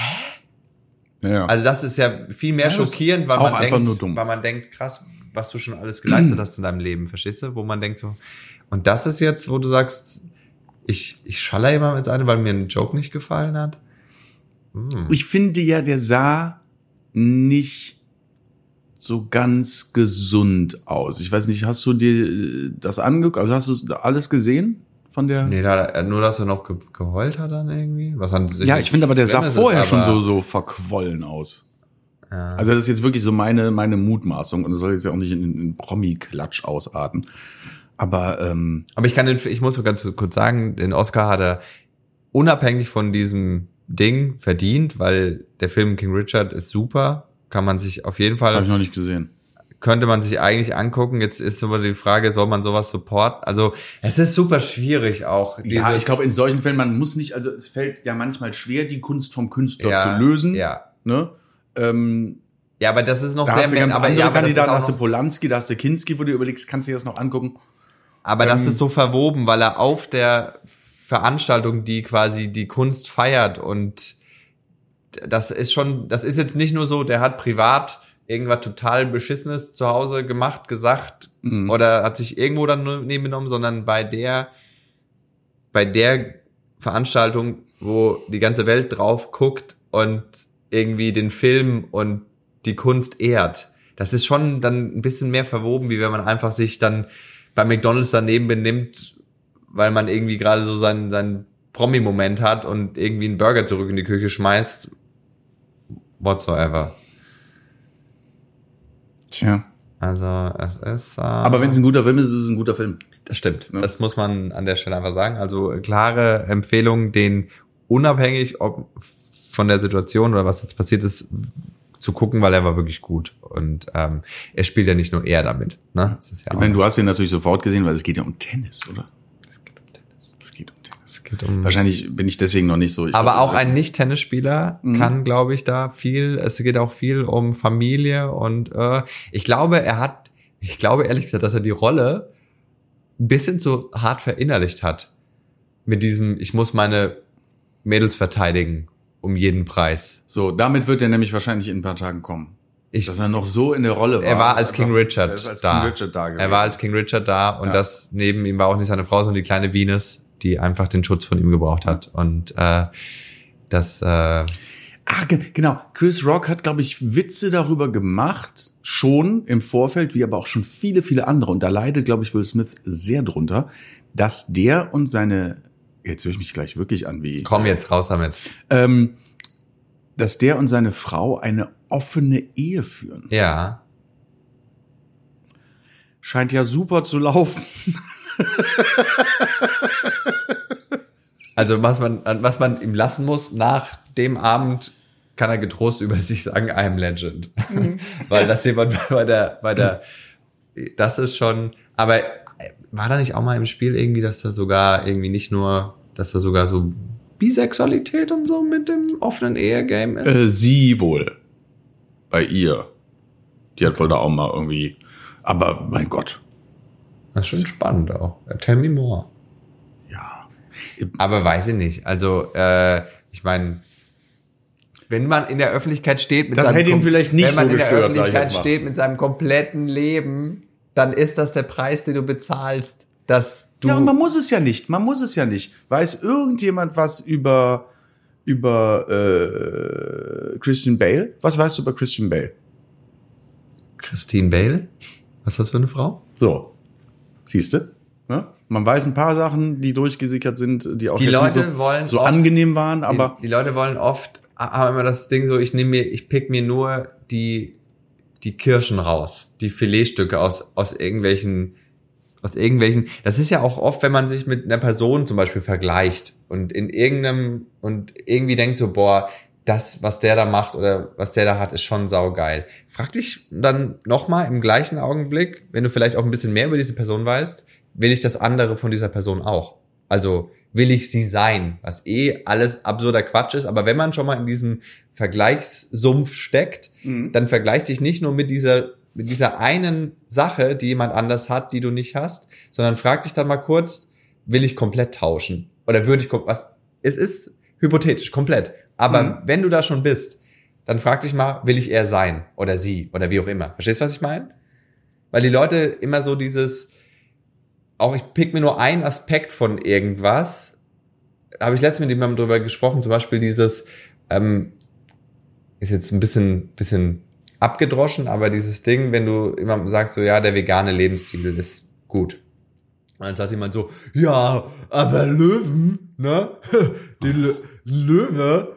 Ja. also das ist ja viel mehr Ja, das ist schockierend, weil auch man einfach denkt, nur dumm. weil man denkt, krass, was du schon alles geleistet hast in deinem Leben, verstehst du? Wo man denkt so, und das ist jetzt, wo du sagst, ich, ich schaller jemandem ins eine, weil mir ein Joke nicht gefallen hat. Hm. Ich finde ja, der sah nicht so ganz gesund aus. Ich weiß nicht, hast du dir das angeguckt? Also hast du alles gesehen von der? Nee, da, nur, dass er noch ge geheult hat dann irgendwie. Was an sich Ja, ich finde aber, der sah Schlimmes vorher ist, schon aber- so, so verquollen aus. Ja. Also das ist jetzt wirklich so meine, meine Mutmaßung und das soll jetzt ja auch nicht in, in Promi-Klatsch ausarten. Aber, ähm, Aber ich kann den, ich muss so ganz kurz sagen, den Oscar hat er unabhängig von diesem Ding verdient, weil der Film King Richard ist super. Kann man sich auf jeden Fall habe ich noch nicht gesehen. könnte man sich eigentlich angucken. Jetzt ist aber die Frage, soll man sowas supporten? Also es ist super schwierig auch. Ja, dieses- ich glaube, in solchen Fällen, man muss nicht, also es fällt ja manchmal schwer, die Kunst vom Künstler Ja, zu lösen. ja. Ne? Ähm, Ja, aber das ist noch da sehr hast du ganz aber, andere ja, aber das ist Kandidaten, auch da hast du noch, Polanski, da hast du Kinski, wo du überlegst, kannst du dir das noch angucken? aber das ähm, ist so verwoben, weil er auf der Veranstaltung, die quasi die Kunst feiert und das ist schon, das ist jetzt nicht nur so, der hat privat irgendwas total Beschissenes zu Hause gemacht, gesagt Mhm. oder hat sich irgendwo dann nebengenommen, sondern bei der, bei der Veranstaltung, wo die ganze Welt drauf guckt und irgendwie den Film und die Kunst ehrt. Das ist schon dann ein bisschen mehr verwoben, wie wenn man einfach sich dann bei McDonald's daneben benimmt, weil man irgendwie gerade so seinen, seinen Promi-Moment hat und irgendwie einen Burger zurück in die Küche schmeißt. Whatsoever. Tja. Also, es ist... Äh, Aber wenn es ein guter Film ist, ist es ein guter Film. das stimmt. Ne? Das muss man an der Stelle einfach sagen. Also klare Empfehlung, den unabhängig ob von der Situation oder was jetzt passiert ist, zu gucken, weil er war wirklich gut. Und ähm, er spielt ja nicht nur er damit. Ne? Das ist ja Ich auch, meine, du hast ihn natürlich sofort gesehen, weil es geht ja um Tennis, oder? Es geht um Tennis. Es geht um Tennis. es geht um Wahrscheinlich bin ich deswegen noch nicht so. Ich aber glaub, auch ein Nicht-Tennisspieler Mhm. kann, glaube ich, da viel, es geht auch viel um Familie und äh, ich glaube, er hat, ich glaube ehrlich gesagt, dass er die Rolle ein bisschen zu hart verinnerlicht hat. Mit diesem, ich muss meine Mädels verteidigen um jeden Preis. So, damit wird er nämlich wahrscheinlich in ein paar Tagen kommen. Ich, Dass er noch so in der Rolle war. er war Das als ist King einfach- Richard er ist als da. King Richard da gewesen. Er war als King Richard da und Ja. das neben ihm war auch nicht seine Frau, sondern die kleine Venus, die einfach den Schutz von ihm gebraucht hat. Und äh, das, äh, Ah, ge- genau. Chris Rock hat, glaube ich, Witze darüber gemacht, schon im Vorfeld, wie aber auch schon viele, viele andere. Und da leidet, glaube ich, Will Smith sehr drunter, dass der und seine, jetzt höre ich mich gleich wirklich an wie, komm jetzt raus damit. ähm, dass der und seine Frau eine offene Ehe führen. Ja. Scheint ja super zu laufen. Also was man, was man ihm lassen muss, nach dem Abend kann er getrost über sich sagen, I am legend. Mhm. Weil das jemand bei der, bei der, das ist schon, aber war da nicht auch mal im Spiel irgendwie, dass da sogar irgendwie nicht nur, dass da sogar so Bisexualität und so mit dem offenen Ehe-Game ist? Äh, sie wohl. Bei ihr. Die hat wohl da auch mal irgendwie, aber mein Gott. Das ist schon spannend auch. Tell me more. Ja. Aber weiß ich nicht. Also, äh, ich meine, wenn man in der Öffentlichkeit steht mit das seinem hätte ihn vielleicht nicht wenn man so in gestört, der sag ich Öffentlichkeit jetzt mal. steht mit seinem kompletten Leben, dann ist das der Preis, den du bezahlst, dass du Ja, und man muss es ja nicht. Man muss es ja nicht. Weiß irgendjemand was über über äh, Christian Bale? Was weißt du über Christian Bale? Christine Bale? Was ist das für eine Frau? So. Siehst du? Ja? Man weiß ein paar Sachen, die durchgesickert sind, die auch Die jetzt Leute nicht so, wollen so oft, angenehm waren, aber die, die Leute wollen oft, haben immer das Ding so, ich nehme mir, ich pick mir nur die, die Kirschen raus, die Filetstücke aus, aus irgendwelchen, aus irgendwelchen, das ist ja auch oft, wenn man sich mit einer Person zum Beispiel vergleicht und in irgendeinem, und irgendwie denkt so, boah, das, was der da macht oder was der da hat, ist schon saugeil. Frag dich dann nochmal im gleichen Augenblick, wenn du vielleicht auch ein bisschen mehr über diese Person weißt, will ich das andere von dieser Person auch? Also will ich sie sein? Was eh alles absurder Quatsch ist, aber wenn man schon mal in diesem Vergleichssumpf steckt, mhm. dann vergleich dich nicht nur mit dieser mit dieser einen Sache, die jemand anders hat, die du nicht hast, sondern frag dich dann mal kurz, will ich komplett tauschen? Oder würde ich, was, es ist hypothetisch, komplett. Aber mhm. wenn du da schon bist, dann frag dich mal, will ich er sein? Oder sie? Oder wie auch immer. Verstehst du, was ich meine? Weil die Leute immer so dieses, auch ich pick mir nur einen Aspekt von irgendwas, da habe ich letztens mit jemandem drüber gesprochen, zum Beispiel dieses, ähm, ist jetzt ein bisschen, bisschen abgedroschen, aber dieses Ding, wenn du immer sagst, so ja, der vegane Lebensstil ist gut. Und dann sagt jemand so, ja, aber Löwen, ne? Die Lö- Löwe,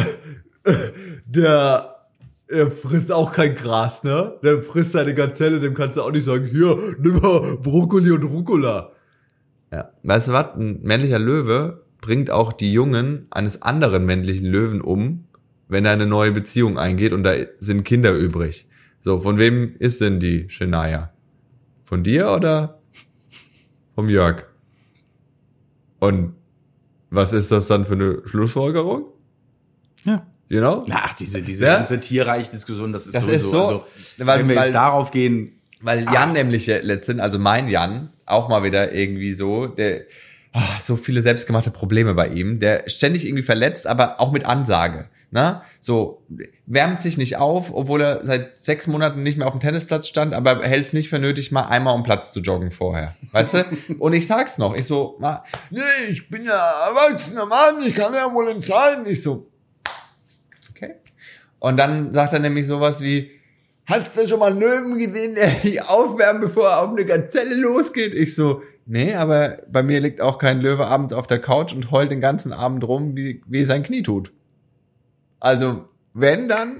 der, der frisst auch kein Gras, ne? Der frisst seine Gazelle, dem kannst du auch nicht sagen, hier, nimm mal Brokkoli und Rucola. Ja, weißt du was? Ein männlicher Löwe bringt auch die Jungen eines anderen männlichen Löwen um, wenn er eine neue Beziehung eingeht und da sind Kinder übrig. So, von wem ist denn die Shania? Von dir oder vom Jörg? Und was ist das dann für eine Schlussfolgerung? Ja. You know? Ach, diese, diese ja? ganze Tierreich-Diskussion, das ist das sowieso, ist so, also, weil, wenn wir weil, jetzt darauf gehen. Weil Jan ah. nämlich letztens, also mein Jan, auch mal wieder irgendwie so, der, oh, so viele selbstgemachte Probleme bei ihm, der ständig irgendwie verletzt, aber auch mit Ansage. Na, so, wärmt sich nicht auf, obwohl er seit sechs Monaten nicht mehr auf dem Tennisplatz stand, aber hält es nicht für nötig, mal einmal um Platz zu joggen vorher. Weißt du? Und ich sag's noch, ich so, na, nee, ich bin ja erwachsener Mann, ich kann ja wohl entscheiden. Ich so, okay. Und dann sagt er nämlich sowas wie, hast du schon mal einen Löwen gesehen, der sich aufwärmt, bevor er auf eine Gazelle losgeht? Ich so, nee, aber bei mir liegt auch kein Löwe abends auf der Couch und heult den ganzen Abend rum, wie, wie sein Knie tut. Also, wenn dann,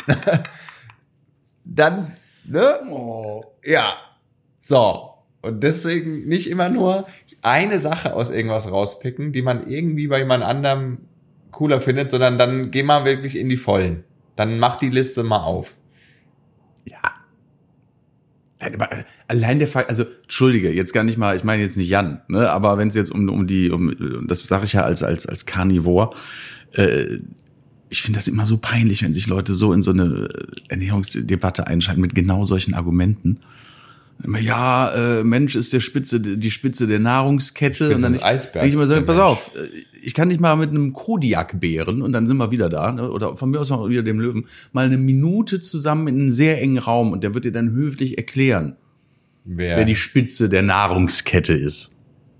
dann, ne? Oh. Ja. So. Und deswegen nicht immer nur eine Sache aus irgendwas rauspicken, die man irgendwie bei jemand anderem cooler findet, sondern dann geh mal wirklich in die Vollen. Dann mach die Liste mal auf. Ja. Allein der Fall, also, entschuldige, jetzt gar nicht mal, ich meine jetzt nicht Jan, ne, aber wenn es jetzt um, um die, um, das sage ich ja als, als, als Karnivor, äh, ich finde das immer so peinlich, wenn sich Leute so in so eine Ernährungsdebatte einschalten mit genau solchen Argumenten. Ja, äh, Mensch ist der Spitze, die Spitze der Nahrungskette. Spitze und dann des Eisbergs. Ich immer sagen, pass Mensch. auf, ich kann nicht mal mit einem Kodiakbären, und dann sind wir wieder da, ne, oder von mir aus noch wieder dem Löwen, mal eine Minute zusammen in einem sehr engen Raum, und der wird dir dann höflich erklären, wer, wer die Spitze der Nahrungskette ist.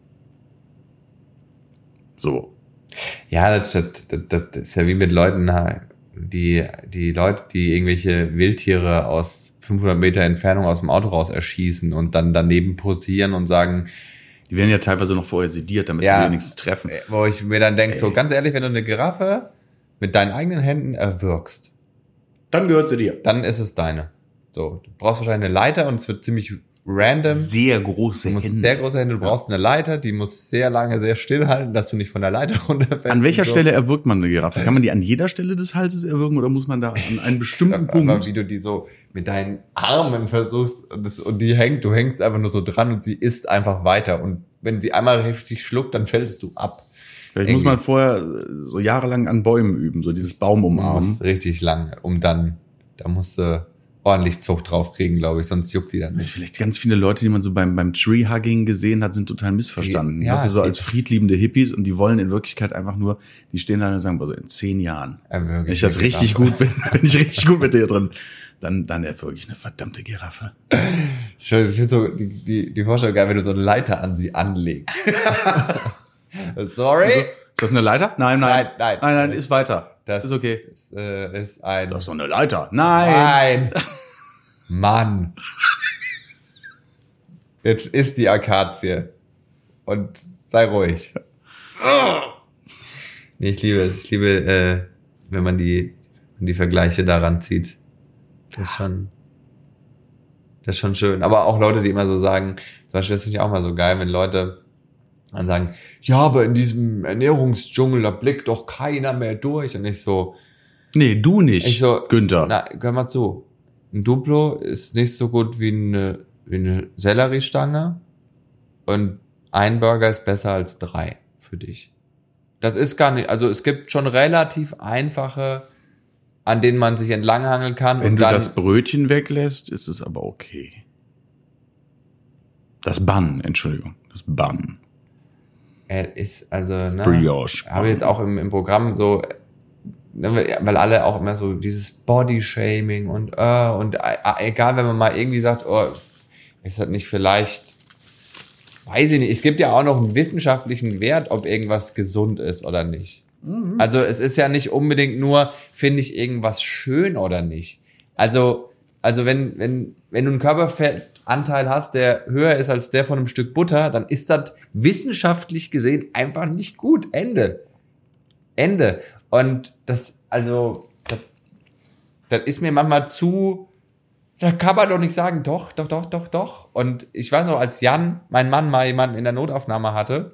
So. Ja, das, das, das, das ist ja wie mit Leuten, die, die Leute, die irgendwelche Wildtiere aus fünfhundert Meter Entfernung aus dem Auto raus erschießen und dann daneben posieren und sagen, die werden ja teilweise noch vorher sediert, damit ja, sie wenigstens treffen. Wo ich mir dann denke, so ganz ehrlich, wenn du eine Giraffe mit deinen eigenen Händen erwürgst, dann gehört sie dir. Dann ist es deine. So, du brauchst wahrscheinlich eine Leiter und es wird ziemlich random. Sehr große Du musst Hände. sehr große Hände, du brauchst eine Leiter, die muss sehr lange sehr stillhalten, dass du nicht von der Leiter runterfällst. An welcher und so. Stelle erwürgt man eine Giraffe? Kann man die an jeder Stelle des Halses erwürgen oder muss man da an einen bestimmten Aber Punkt? wie du die so mit deinen Armen versuchst und, das, und die hängt, du hängst einfach nur so dran und sie isst einfach weiter. Und wenn sie einmal heftig schluckt, dann fällst du ab. Vielleicht Irgendwie. muss man vorher so jahrelang an Bäumen üben, so dieses Baum Du umarmen. musst richtig lang, um dann, da musst du ordentlich Zucht drauf kriegen, glaube ich, sonst juckt die dann nicht. Vielleicht ganz viele Leute, die man so beim, beim Tree-Hugging gesehen hat, sind total missverstanden. Die- ja, das ist so die- als friedliebende Hippies und die wollen in Wirklichkeit einfach nur, die stehen da und sagen, boah, so in zehn Jahren, Erwürge wenn ich das die richtig Giraffe. gut bin, wenn ich richtig gut mit dir drin, dann, dann erwürge ich eine verdammte Giraffe. Ich finde so die, die, die Vorstellung geil, wenn du so eine Leiter an sie anlegst. Sorry? Also, ist das eine Leiter? Nein, nein. Nein, nein. Nein, nein, ist weiter. Das ist okay. Ist, äh, ist ein... Das ist doch eine Leiter. Nein. Nein. Mann. Jetzt ist die Akazie. Und sei ruhig. Nee, ich liebe es. Ich liebe, äh, wenn man die, wenn die Vergleiche daran zieht. Das ist schon, das ist schon schön. Aber auch Leute, die immer so sagen, zum Beispiel, das finde ich auch mal so geil, wenn Leute dann sagen, ja, aber in diesem Ernährungsdschungel, da blickt doch keiner mehr durch. Und ich so, Nee, du nicht, ich so, Günther. na, hör mal zu. Ein Duplo ist nicht so gut wie eine, wie eine Selleriestange und ein Burger ist besser als drei für dich. Das ist gar nicht, also es gibt schon relativ einfache, an denen man sich entlanghangeln kann. Wenn und du dann, das Brötchen weglässt, ist es aber okay. Das Bun, Entschuldigung, das Bun. er ist, also, Das ne, Brioche. habe jetzt auch im, im Programm so, ne, weil alle auch immer so dieses Body-Shaming und, äh, und äh, egal, wenn man mal irgendwie sagt, oh, ist das nicht vielleicht, weiß ich nicht, es gibt ja auch noch einen wissenschaftlichen Wert, ob irgendwas gesund ist oder nicht. Mhm. Also es ist ja nicht unbedingt nur, finde ich irgendwas schön oder nicht. Also, also wenn, wenn, wenn du einen Körperfettanteil hast, der höher ist als der von einem Stück Butter, dann ist das wissenschaftlich gesehen einfach nicht gut. Ende. Ende. Und das, also, das, das ist mir manchmal zu, da kann man doch nicht sagen, doch, doch, doch, doch, doch. Und ich weiß noch, als Jan, mein Mann, mal jemanden in der Notaufnahme hatte,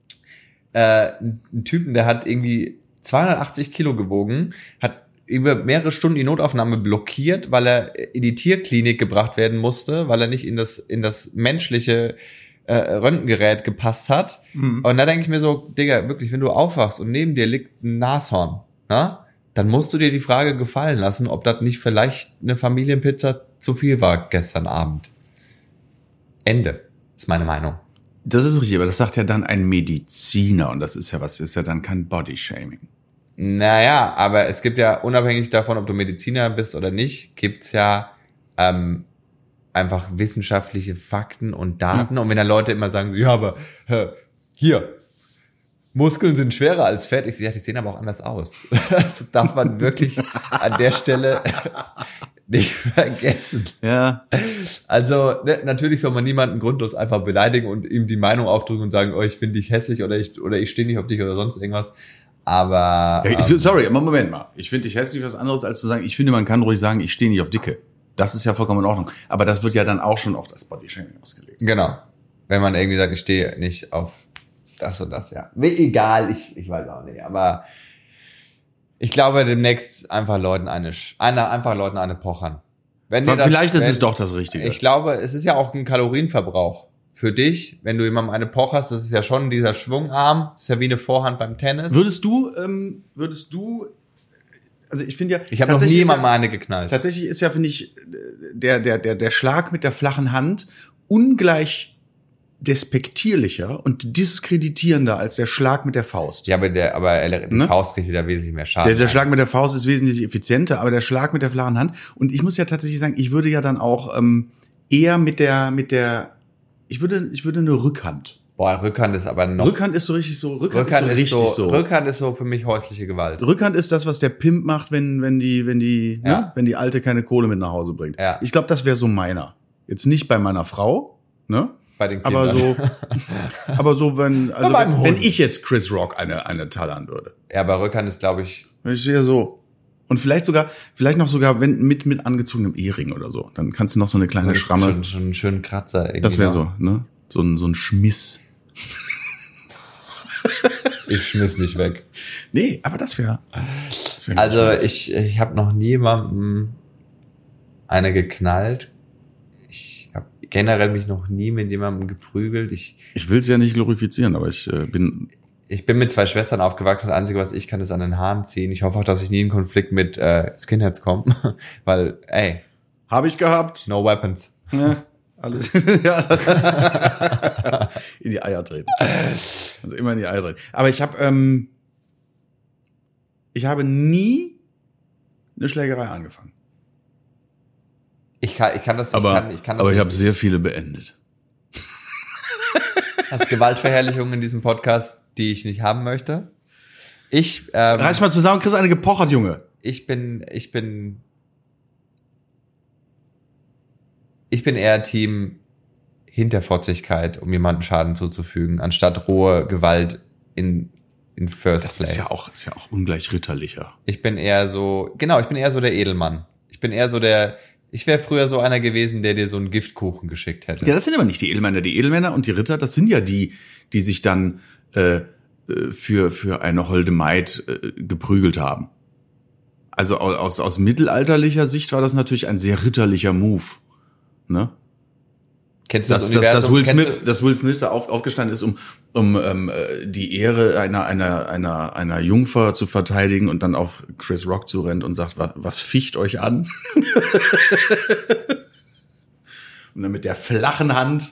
äh, einen Typen, der hat irgendwie zweihundertachtzig Kilo gewogen, hat über mehrere Stunden die Notaufnahme blockiert, weil er in die Tierklinik gebracht werden musste, weil er nicht in das, in das menschliche äh, Röntgengerät gepasst hat. Mhm. Und da denke ich mir so, Digga, wirklich, wenn du aufwachst und neben dir liegt ein Nashorn, na, dann musst du dir die Frage gefallen lassen, ob das nicht vielleicht eine Familienpizza zu viel war gestern Abend. Ende, ist meine Meinung. Das ist richtig, aber das sagt ja dann ein Mediziner und das ist ja was, ist ja dann kein Bodyshaming. Naja, aber es gibt ja, unabhängig davon, ob du Mediziner bist oder nicht, gibt's ja ähm, einfach wissenschaftliche Fakten und Daten. Hm. Und wenn dann Leute immer sagen so, ja, aber äh, hier, Muskeln sind schwerer als Fett. Ich so, ja, die sehen aber auch anders aus. Das darf man wirklich an der Stelle nicht vergessen. Ja. Also ne, natürlich soll man niemanden grundlos einfach beleidigen und ihm die Meinung aufdrücken und sagen, oh, ich finde dich hässlich oder ich oder ich stehe nicht auf dich oder sonst irgendwas. Aber ja, ich, sorry, aber Moment mal. Ich finde dich hässlich was anderes als zu sagen, ich finde, man kann ruhig sagen, ich stehe nicht auf Dicke. Das ist ja vollkommen in Ordnung. Aber das wird ja dann auch schon oft als Bodyshaming ausgelegt. Genau. Wenn man irgendwie sagt, ich stehe nicht auf das und das, ja. Egal, ich, ich weiß auch nicht. Aber ich glaube, demnächst einfach Leuten eine, eine einfach Leuten eine pochern. Wenn wir das, Vielleicht ist wenn, es doch das Richtige. Ich glaube, es ist ja auch ein Kalorienverbrauch. Für dich, wenn du jemandem eine pocherst, das ist ja schon dieser Schwungarm, das ist ja wie eine Vorhand beim Tennis. Würdest du, ähm, würdest du, also ich finde ja, ich habe noch nie jemandem ja, eine geknallt. Tatsächlich ist ja, finde ich, der der der der Schlag mit der flachen Hand ungleich despektierlicher und diskreditierender als der Schlag mit der Faust. Ja, aber der, aber die ne? Faust richtet ja wesentlich mehr Schaden. Der, der Schlag mit der Faust ist wesentlich effizienter, aber der Schlag mit der flachen Hand. Und ich muss ja tatsächlich sagen, ich würde ja dann auch ähm, eher mit der mit der Ich würde, ich würde eine Rückhand. Boah, Rückhand ist aber noch. Rückhand ist so richtig so. Rückhand, Rückhand ist so richtig ist so, so. Rückhand ist so für mich häusliche Gewalt. Rückhand ist das, was der Pimp macht, wenn, wenn die, wenn die, ja. ne, wenn die Alte keine Kohle mit nach Hause bringt. Ja. Ich glaube, das wäre so meiner. Jetzt nicht bei meiner Frau, ne? Bei den Kindern. Aber so, aber so, wenn, also wenn, wenn ich jetzt Chris Rock eine, eine tallern würde. Ja, aber Rückhand ist, glaube ich. Ich wäre so. Und vielleicht sogar, vielleicht noch sogar wenn, mit, mit angezogenem Ehering oder so. Dann kannst du noch so eine kleine so, Schramme. Schon, schon einen schönen Kratzer. Irgendwie Das wäre noch. so, ne? So ein, so ein Schmiss. Ich schmiss mich weg. Nee, aber das wäre. Das wär Also ganz ich, ich habe noch niemandem eine geknallt. Ich habe generell mich noch nie mit jemandem geprügelt. Ich, Ich will es ja nicht glorifizieren, aber ich äh, bin. ich bin mit zwei Schwestern aufgewachsen. Das Einzige, was ich kann, ist an den Haaren ziehen. Ich hoffe auch, dass ich nie in Konflikt mit äh, Skinheads komme. Weil, ey, Habe ich gehabt. no weapons. Ja, alles. Ja. In die Eier treten. Also immer in die Eier treten. Aber ich habe, ähm, ich habe nie eine Schlägerei angefangen. Ich kann, ich kann das nicht. Aber ich kann, ich kann das aber ich nicht. habe sehr viele beendet. Das ist Gewaltverherrlichung in diesem Podcast, die ich nicht haben möchte. Ich, ähm, Reiß mal zusammen, kriegst eine gepochert, Junge. ich bin, ich bin, ich bin eher Team Hinterfotzigkeit, um jemanden Schaden zuzufügen, anstatt rohe Gewalt in, in first Das place. ist ja auch, ist ja auch ungleich ritterlicher. Ich bin eher so, genau, ich bin eher so der Edelmann. Ich bin eher so der, ich wäre früher so einer gewesen, der dir so einen Giftkuchen geschickt hätte. Ja, das sind aber nicht die Edelmänner. Die Edelmänner und die Ritter, das sind ja die, die sich dann äh, für für eine holde Maid äh, geprügelt haben. Also aus aus mittelalterlicher Sicht war das natürlich ein sehr ritterlicher Move, ne? Kennst du das, Dass, dass, Universum? dass Will Kennst Smith, dass Will Smith da auf, aufgestanden ist, um um ähm, die Ehre einer einer einer einer Jungfer zu verteidigen und dann auf Chris Rock zurennt und sagt, was, was ficht euch an? Und dann mit der flachen Hand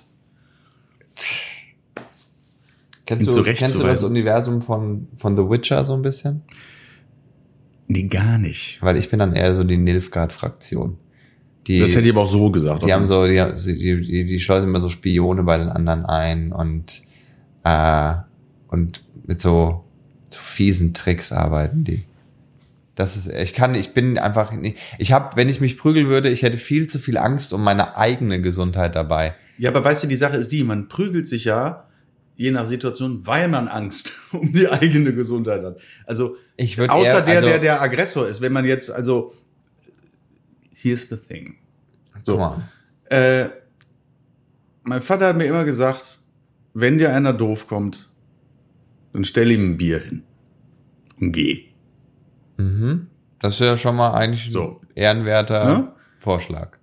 Kennst ihn du, kennst du das zurechtzuweisen. Universum von, von The Witcher so ein bisschen? Nee, gar nicht. Weil ich bin dann eher so die Nilfgaard-Fraktion. Die, Das hätte ich aber auch so gesagt. die haben so, die, die, die, die schleusen immer so Spione bei den anderen ein und, äh, und mit so, so fiesen Tricks arbeiten die. Das ist, ich kann, ich bin einfach nicht, ich habe, wenn ich mich prügeln würde, ich hätte viel zu viel Angst um meine eigene Gesundheit dabei. Ja, aber weißt du, die Sache ist die, man prügelt sich ja, je nach Situation, weil man Angst um die eigene Gesundheit hat. Also, Ich würd außer eher, der, also, der der Aggressor ist, wenn man jetzt, also, here's the thing. So, guck mal. äh, mein Vater hat mir immer gesagt, wenn dir einer doof kommt, dann stell ihm ein Bier hin und geh. Mhm. Das ist ja schon mal eigentlich So. ein ehrenwerter Ne? Vorschlag.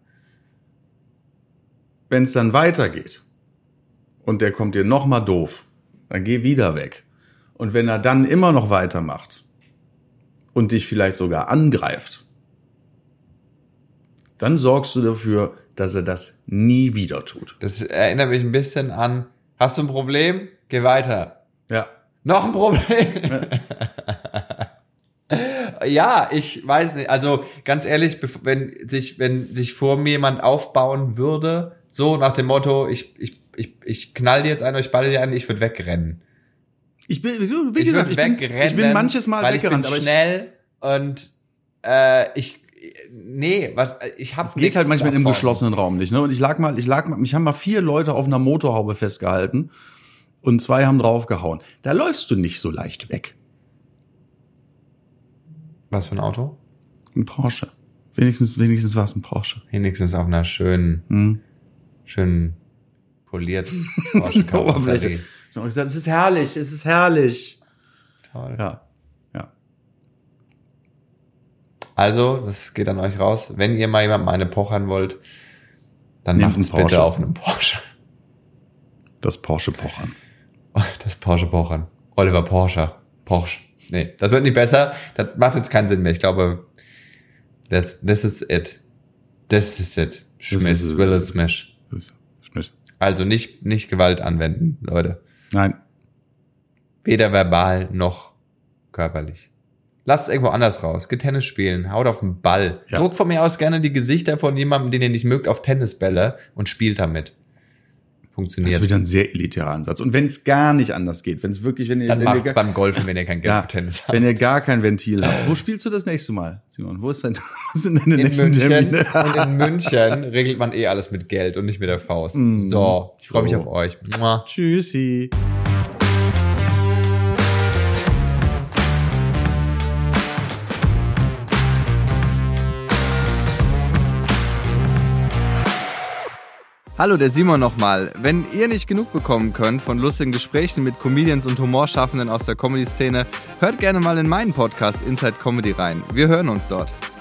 Wenn es dann weitergeht und der kommt dir noch mal doof, dann geh wieder weg. Und wenn er dann immer noch weitermacht und dich vielleicht sogar angreift, dann sorgst du dafür, dass er das nie wieder tut. Das erinnert mich ein bisschen an, hast du ein Problem? Geh weiter. Ja. Noch ein Problem? Ja, ich weiß nicht. Also ganz ehrlich, bef- wenn sich, wenn sich vor mir jemand aufbauen würde, so nach dem Motto, ich, ich, ich, ich knall dir jetzt einen, ich balle dir einen, ich würde wegrennen. Ich bin, wie Ich gesagt, würde ich bin, wegrennen. ich bin manches Mal weil weggerannt, ich aber bin ich, schnell und äh, ich, nee, was, ich hab's es geht halt manchmal davon. im geschlossenen Raum nicht, ne? Und ich lag mal, ich lag mal, mich haben mal vier Leute auf einer Motorhaube festgehalten und zwei haben draufgehauen. Da läufst du nicht so leicht weg. Was für ein Auto? Ein Porsche. Wenigstens, wenigstens war es ein Porsche. Wenigstens auf einer schönen, Hm. schönen polierten Porsche Oberfläche. Karosserie. Ich habe gesagt, es ist herrlich, es ist herrlich. Toll. Ja, ja. Also, das geht an euch raus. Wenn ihr mal jemandem eine pochern wollt, dann Nehmt macht's einen Porsche. bitte auf einem Porsche. Das Porsche Pochern. Das Porsche pochern. Oliver Porsche. Porsche. Nee, das wird nicht besser. Das macht jetzt keinen Sinn mehr. Ich glaube, das, this is it. This is it. Schmiss, This is it. will it smash. Das ist Schmiss. Also nicht, nicht Gewalt anwenden, Leute. Nein. Weder verbal noch körperlich. Lasst es irgendwo anders raus. Geht Tennis spielen. Haut auf den Ball. Ja. Druckt von mir aus gerne die Gesichter von jemandem, den ihr nicht mögt, auf Tennisbälle und spielt damit. Das Funktioniert. wird ein sehr elitärer Ansatz. Und wenn es gar nicht anders geht, wenn es wirklich, wenn ihr, Dann wenn ihr macht's gar, beim Golfen, wenn ihr kein Geld ja, für Tennis habt. wenn ihr gar kein Ventil habt. Wo spielst du das nächste Mal, Simon? Wo ist denn, was sind deine In nächsten München. Termine? Und in München regelt man eh alles mit Geld und nicht mit der Faust. So, ich freue mich so. auf euch. Mua. Tschüssi. Hallo, der Simon nochmal. Wenn ihr nicht genug bekommen könnt von lustigen Gesprächen mit Comedians und Humorschaffenden aus der Comedy-Szene, hört gerne mal in meinen Podcast Inside Comedy rein. Wir hören uns dort.